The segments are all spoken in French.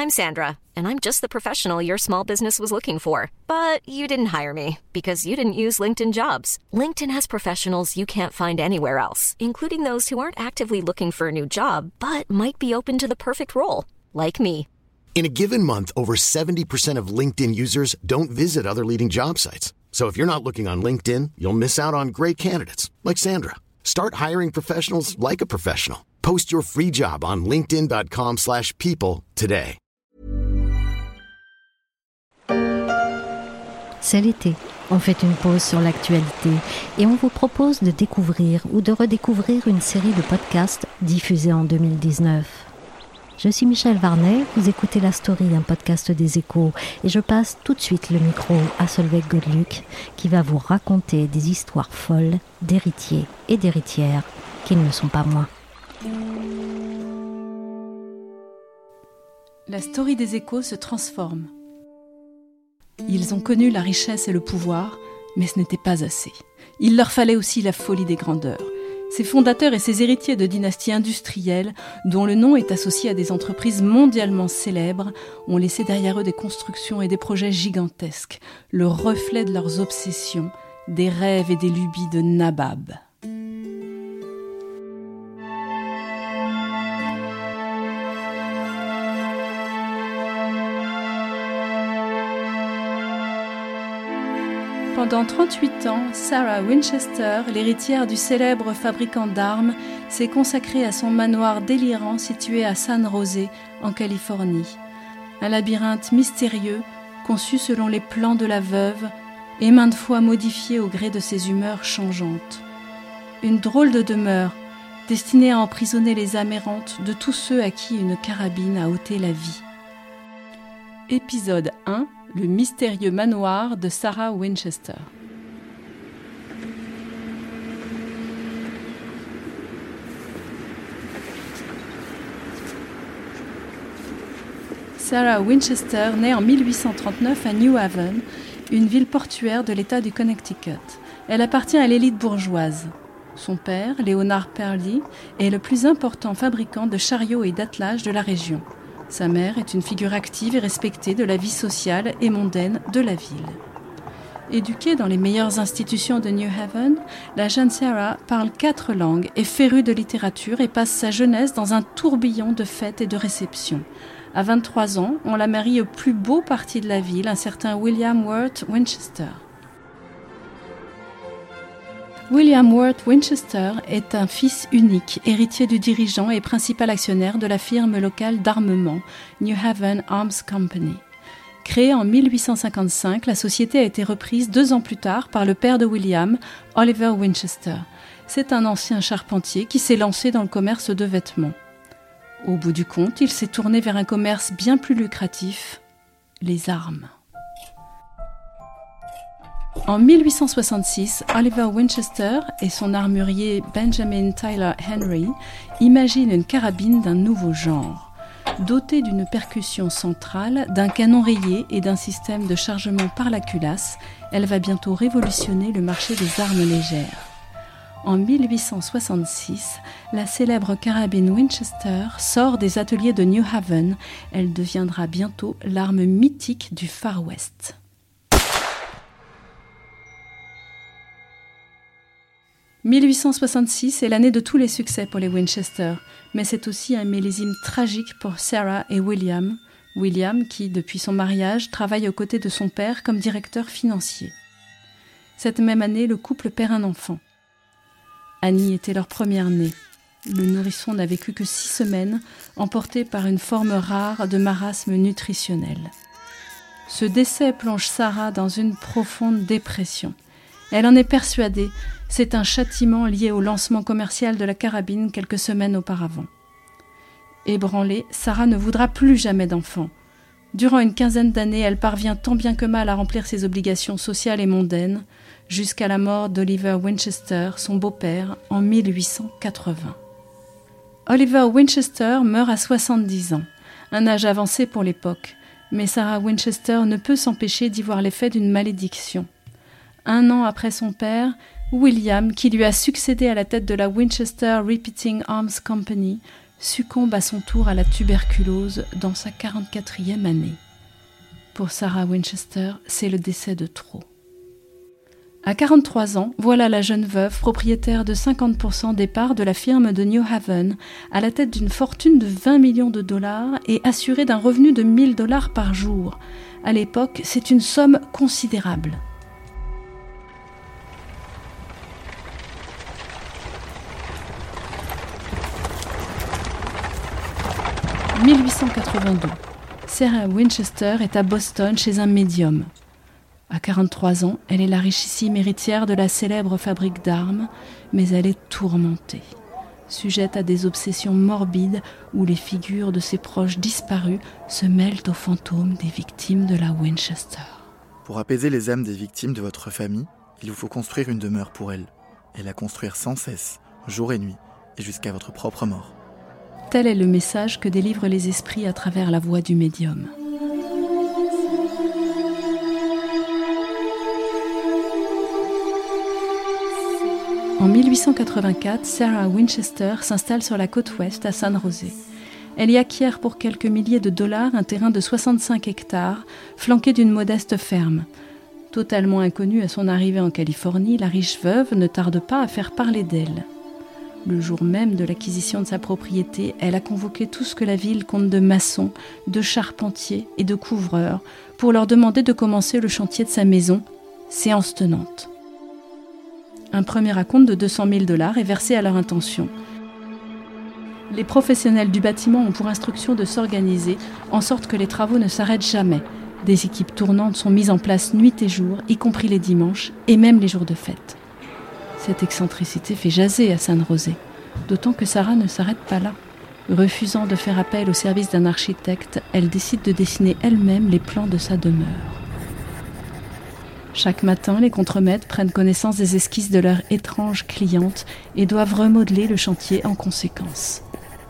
I'm Sandra, and I'm just the professional your small business was looking for. But you didn't hire me because you didn't use LinkedIn Jobs. LinkedIn has professionals you can't find anywhere else, including those who aren't actively looking for a new job, but might be open to the perfect role, like me. In a given month, over 70% of LinkedIn users don't visit other leading job sites. So if you're not looking on LinkedIn, you'll miss out on great candidates like Sandra. Start hiring professionals like a professional. Post your free job on linkedin.com/people today. C'est l'été. On fait une pause sur l'actualité et on vous propose de découvrir ou de redécouvrir une série de podcasts diffusés en 2019. Je suis Michel Varnet, vous écoutez La Story, un podcast des Échos, et je passe tout de suite le micro à Solveig Godluc, qui va vous raconter des histoires folles d'héritiers et d'héritières qui ne le sont pas moins. La Story des Échos se transforme. Ils ont connu la richesse et le pouvoir, mais ce n'était pas assez. Il leur fallait aussi la folie des grandeurs. Ces fondateurs et ces héritiers de dynasties industrielles, dont le nom est associé à des entreprises mondialement célèbres, ont laissé derrière eux des constructions et des projets gigantesques, le reflet de leurs obsessions, des rêves et des lubies de nababs. Pendant 38 ans, Sarah Winchester, l'héritière du célèbre fabricant d'armes, s'est consacrée à son manoir délirant situé à San José, en Californie. Un labyrinthe mystérieux, conçu selon les plans de la veuve et maintes fois modifié au gré de ses humeurs changeantes. Une drôle de demeure, destinée à emprisonner les âmes errantes de tous ceux à qui une carabine a ôté la vie. Épisode 1. Le mystérieux manoir de Sarah Winchester. Sarah Winchester naît en 1839 à New Haven, une ville portuaire de l'État du Connecticut. Elle appartient à l'élite bourgeoise. Son père, Leonard Pearlie, est le plus important fabricant de chariots et d'attelages de la région. Sa mère est une figure active et respectée de la vie sociale et mondaine de la ville. Éduquée dans les meilleures institutions de New Haven, la jeune Sarah parle 4 langues, est férue de littérature et passe sa jeunesse dans un tourbillon de fêtes et de réceptions. À 23 ans, on la marie au plus beau parti de la ville, un certain William Worth Winchester. William Worth Winchester est un fils unique, héritier du dirigeant et principal actionnaire de la firme locale d'armement, New Haven Arms Company. Créée en 1855, la société a été reprise 2 ans plus tard par le père de William, Oliver Winchester. C'est un ancien charpentier qui s'est lancé dans le commerce de vêtements. Au bout du compte, il s'est tourné vers un commerce bien plus lucratif, les armes. En 1866, Oliver Winchester et son armurier Benjamin Tyler Henry imaginent une carabine d'un nouveau genre. Dotée d'une percussion centrale, d'un canon rayé et d'un système de chargement par la culasse, elle va bientôt révolutionner le marché des armes légères. En 1866, la célèbre carabine Winchester sort des ateliers de New Haven. Elle deviendra bientôt l'arme mythique du Far West. « 1866 est l'année de tous les succès pour les Winchester, mais c'est aussi un millésime tragique pour Sarah et William. William qui, depuis son mariage, travaille aux côtés de son père comme directeur financier. Cette même année, le couple perd un enfant. Annie était leur première-née. Le nourrisson n'a vécu que 6 semaines, emporté par une forme rare de marasme nutritionnel. Ce décès plonge Sarah dans une profonde dépression. Elle en est persuadée, c'est un châtiment lié au lancement commercial de la carabine quelques semaines auparavant. Ébranlée, Sarah ne voudra plus jamais d'enfant. Durant une 15aine d'années, elle parvient tant bien que mal à remplir ses obligations sociales et mondaines, jusqu'à la mort d'Oliver Winchester, son beau-père, en 1880. Oliver Winchester meurt à 70 ans, un âge avancé pour l'époque, mais Sarah Winchester ne peut s'empêcher d'y voir l'effet d'une malédiction. 1 an après son père, William, qui lui a succédé à la tête de la Winchester Repeating Arms Company, succombe à son tour à la tuberculose dans sa 44e année. Pour Sarah Winchester, c'est le décès de trop. À 43 ans, voilà la jeune veuve propriétaire de 50% des parts de la firme de New Haven, à la tête d'une fortune de 20 millions de dollars et assurée d'un revenu de 1 000 $ par jour. À l'époque, c'est une somme considérable. « 1882. Sarah Winchester est à Boston chez un médium. À 43 ans, elle est la richissime héritière de la célèbre fabrique d'armes, mais elle est tourmentée, sujette à des obsessions morbides où les figures de ses proches disparus se mêlent aux fantômes des victimes de la Winchester. Pour apaiser les âmes des victimes de votre famille, il vous faut construire une demeure pour elles, et la construire sans cesse, jour et nuit, et jusqu'à votre propre mort. Tel est le message que délivrent les esprits à travers la voix du médium. En 1884, Sarah Winchester s'installe sur la côte ouest à San José. Elle y acquiert pour quelques milliers de dollars un terrain de 65 hectares, flanqué d'une modeste ferme. Totalement inconnue à son arrivée en Californie, la riche veuve ne tarde pas à faire parler d'elle. Le jour même de l'acquisition de sa propriété, elle a convoqué tout ce que la ville compte de maçons, de charpentiers et de couvreurs pour leur demander de commencer le chantier de sa maison, séance tenante. Un premier acompte de 200 000 $ est versé à leur intention. Les professionnels du bâtiment ont pour instruction de s'organiser en sorte que les travaux ne s'arrêtent jamais. Des équipes tournantes sont mises en place nuit et jour, y compris les dimanches et même les jours de fête. Cette excentricité fait jaser à San José, d'autant que Sarah ne s'arrête pas là. Refusant de faire appel au service d'un architecte, elle décide de dessiner elle-même les plans de sa demeure. Chaque matin, les contremaîtres prennent connaissance des esquisses de leur étrange cliente et doivent remodeler le chantier en conséquence.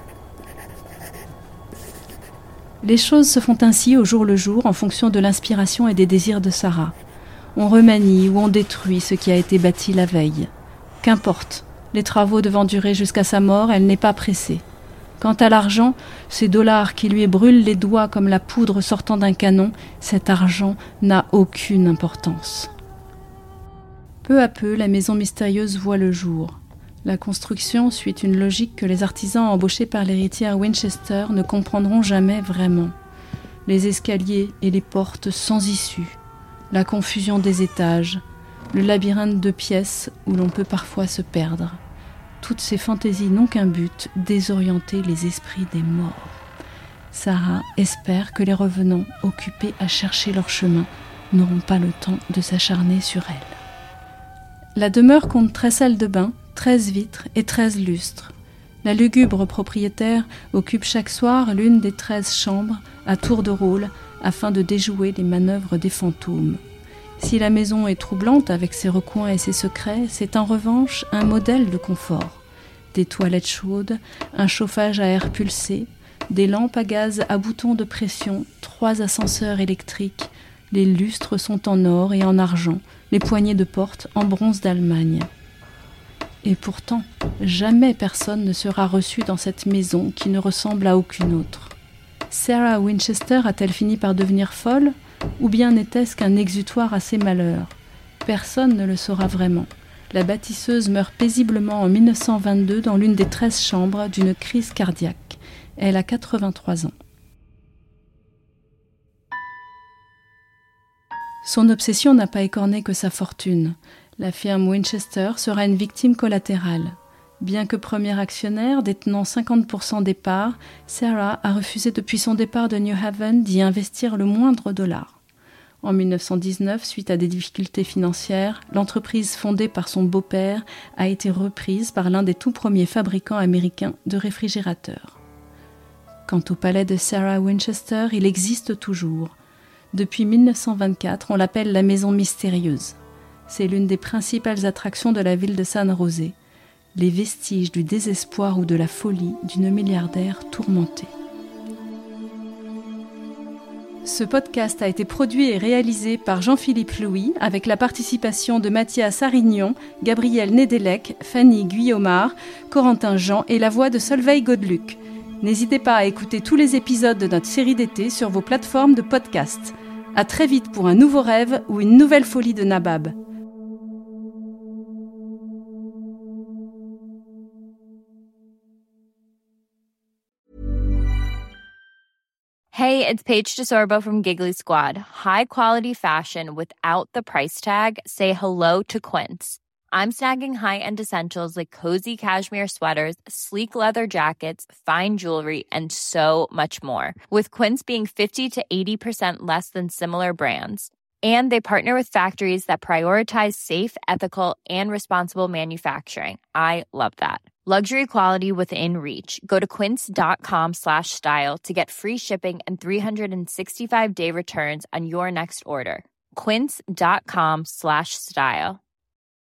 Les choses se font ainsi au jour le jour en fonction de l'inspiration et des désirs de Sarah. On remanie ou on détruit ce qui a été bâti la veille. Qu'importe, les travaux devant durer jusqu'à sa mort, elle n'est pas pressée. Quant à l'argent, ces dollars qui lui brûlent les doigts comme la poudre sortant d'un canon, cet argent n'a aucune importance. Peu à peu, la maison mystérieuse voit le jour. La construction suit une logique que les artisans embauchés par l'héritière Winchester ne comprendront jamais vraiment. Les escaliers et les portes sans issue, la confusion des étages, le labyrinthe de pièces où l'on peut parfois se perdre. Toutes ces fantaisies n'ont qu'un but, désorienter les esprits des morts. Sarah espère que les revenants, occupés à chercher leur chemin, n'auront pas le temps de s'acharner sur elle. La demeure compte 13 salles de bain, 13 vitres et 13 lustres. La lugubre propriétaire occupe chaque soir l'une des 13 chambres à tour de rôle afin de déjouer les manœuvres des fantômes. Si la maison est troublante avec ses recoins et ses secrets, c'est en revanche un modèle de confort. Des toilettes chaudes, un chauffage à air pulsé, des lampes à gaz à boutons de pression, 3 ascenseurs électriques, les lustres sont en or et en argent, les poignées de porte en bronze d'Allemagne. Et pourtant, jamais personne ne sera reçu dans cette maison qui ne ressemble à aucune autre. Sarah Winchester a-t-elle fini par devenir folle ? Ou bien n'était-ce qu'un exutoire à ses malheurs ? Personne ne le saura vraiment. La bâtisseuse meurt paisiblement en 1922 dans l'une des 13 chambres d'une crise cardiaque. Elle a 83 ans. Son obsession n'a pas écorné que sa fortune. La firme Winchester sera une victime collatérale. Bien que premier actionnaire, détenant 50% des parts, Sarah a refusé depuis son départ de New Haven d'y investir le moindre dollar. En 1919, suite à des difficultés financières, l'entreprise fondée par son beau-père a été reprise par l'un des tout premiers fabricants américains de réfrigérateurs. Quant au palais de Sarah Winchester, il existe toujours. Depuis 1924, on l'appelle la Maison Mystérieuse. C'est l'une des principales attractions de la ville de San José. Les vestiges du désespoir ou de la folie d'une milliardaire tourmentée. Ce podcast a été produit et réalisé par Jean-Philippe Louis avec la participation de Mathias Arignon, Gabriel Nedelec, Fanny Guillaumard, Corentin Jean et la voix de Solveig Godeluc. N'hésitez pas à écouter tous les épisodes de notre série d'été sur vos plateformes de podcast. À très vite pour un nouveau rêve ou une nouvelle folie de Nabab. Hey, it's Paige DeSorbo from Giggly Squad. High quality fashion without the price tag. Say hello to Quince. I'm snagging high-end essentials like cozy cashmere sweaters, sleek leather jackets, fine jewelry, and so much more. With Quince being 50 to 80% less than similar brands. And they partner with factories that prioritize safe, ethical, and responsible manufacturing. I love that. Luxury quality within reach. Go to quince.com/style to get free shipping and 365-day returns on your next order. Quince.com/style.